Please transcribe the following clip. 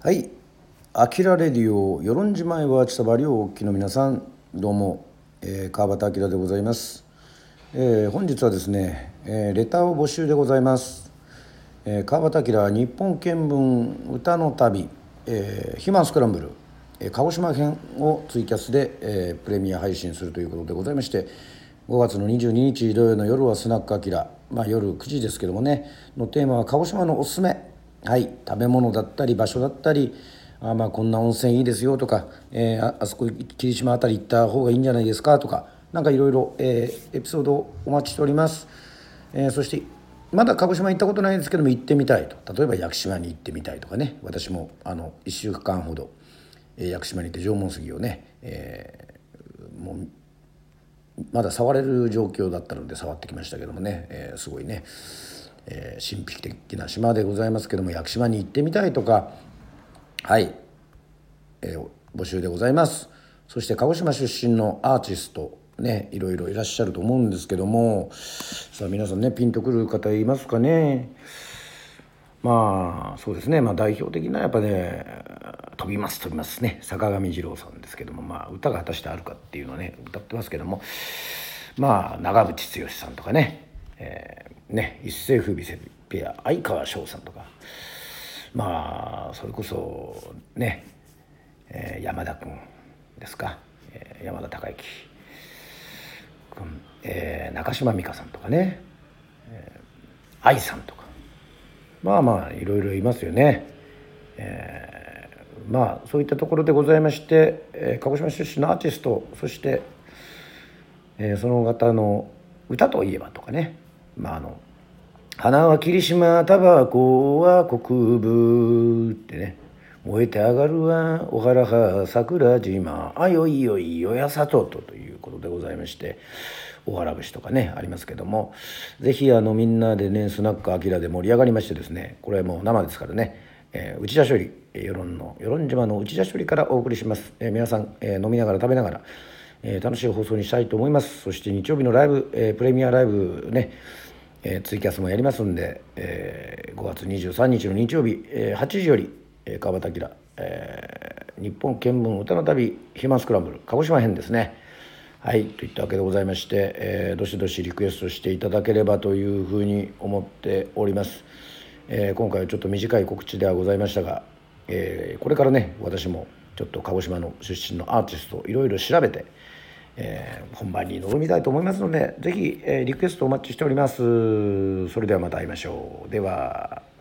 はい、アキラレディオ与論島へは千葉りをお聞きの皆さん、どうも、川端明でございます。本日はですね、レターを募集でございます。川端明日本見聞歌の旅、ヒューマンスクランブル、鹿児島編をツイキャスで、プレミア配信するということでございまして、5月の22日土曜の夜はスナックアキラ、夜9時ですけどもねのテーマは鹿児島のおすすめ、はい、食べ物だったり場所だったり、こんな温泉いいですよとか、あそこ霧島あたり行った方がいいんじゃないですかとか、なんかいろいろエピソードをお待ちしております。そしてまだ鹿児島行ったことないですけども行ってみたいと、例えば屋久島に行ってみたいとかね、私も1週間ほど、屋久島に行って縄文杉をね、もうまだ触れる状況だったので触ってきましたけどもね、すごいね、神秘的な島でございますけども、屋久島に行ってみたいとか、はい、募集でございます。そして鹿児島出身のアーティストね、いろいろいらっしゃると思うんですけども、さあ皆さんね、ピンとくる方いますかね。そうですね、代表的なやっぱね、飛びますね、坂上二郎さんですけども、歌が果たしてあるかっていうのをね歌ってますけども、長渕剛さんとかね、一世風靡セペア相川翔さんとか、それこそね、山田君ですか、山田孝之君、中島美嘉さんとかね、愛さんとか、いろいろいますよね。そういったところでございまして、鹿児島出身のアーティスト、そして、その方の歌といえばとかね、花は霧島、タバコは国分ってね、燃えて上がるは小原派桜島、あよいよいよやさとということでございまして、大原節とかねありますけども、ぜひみんなでねスナックあきらで盛り上がりましてですね、これはもう生ですからね、内田処理、与論島の内田処理からお送りします。皆さん、飲みながら食べながら、楽しい放送にしたいと思います。そして日曜日のライブ、プレミアライブね、ツイキャスもやりますんで、5月23日の日曜日、8時より、川端明、日本見聞歌の旅ヒューマンスクランブル鹿児島編ですね。はい、といったわけでございまして、どしどしリクエストしていただければというふうに思っております。今回はちょっと短い告知ではございましたが、これからね私もちょっと鹿児島の出身のアーティストをいろいろ調べて、本番に臨みたいと思いますので、ぜひ、リクエストお待ちしております。それではまた会いましょう。では。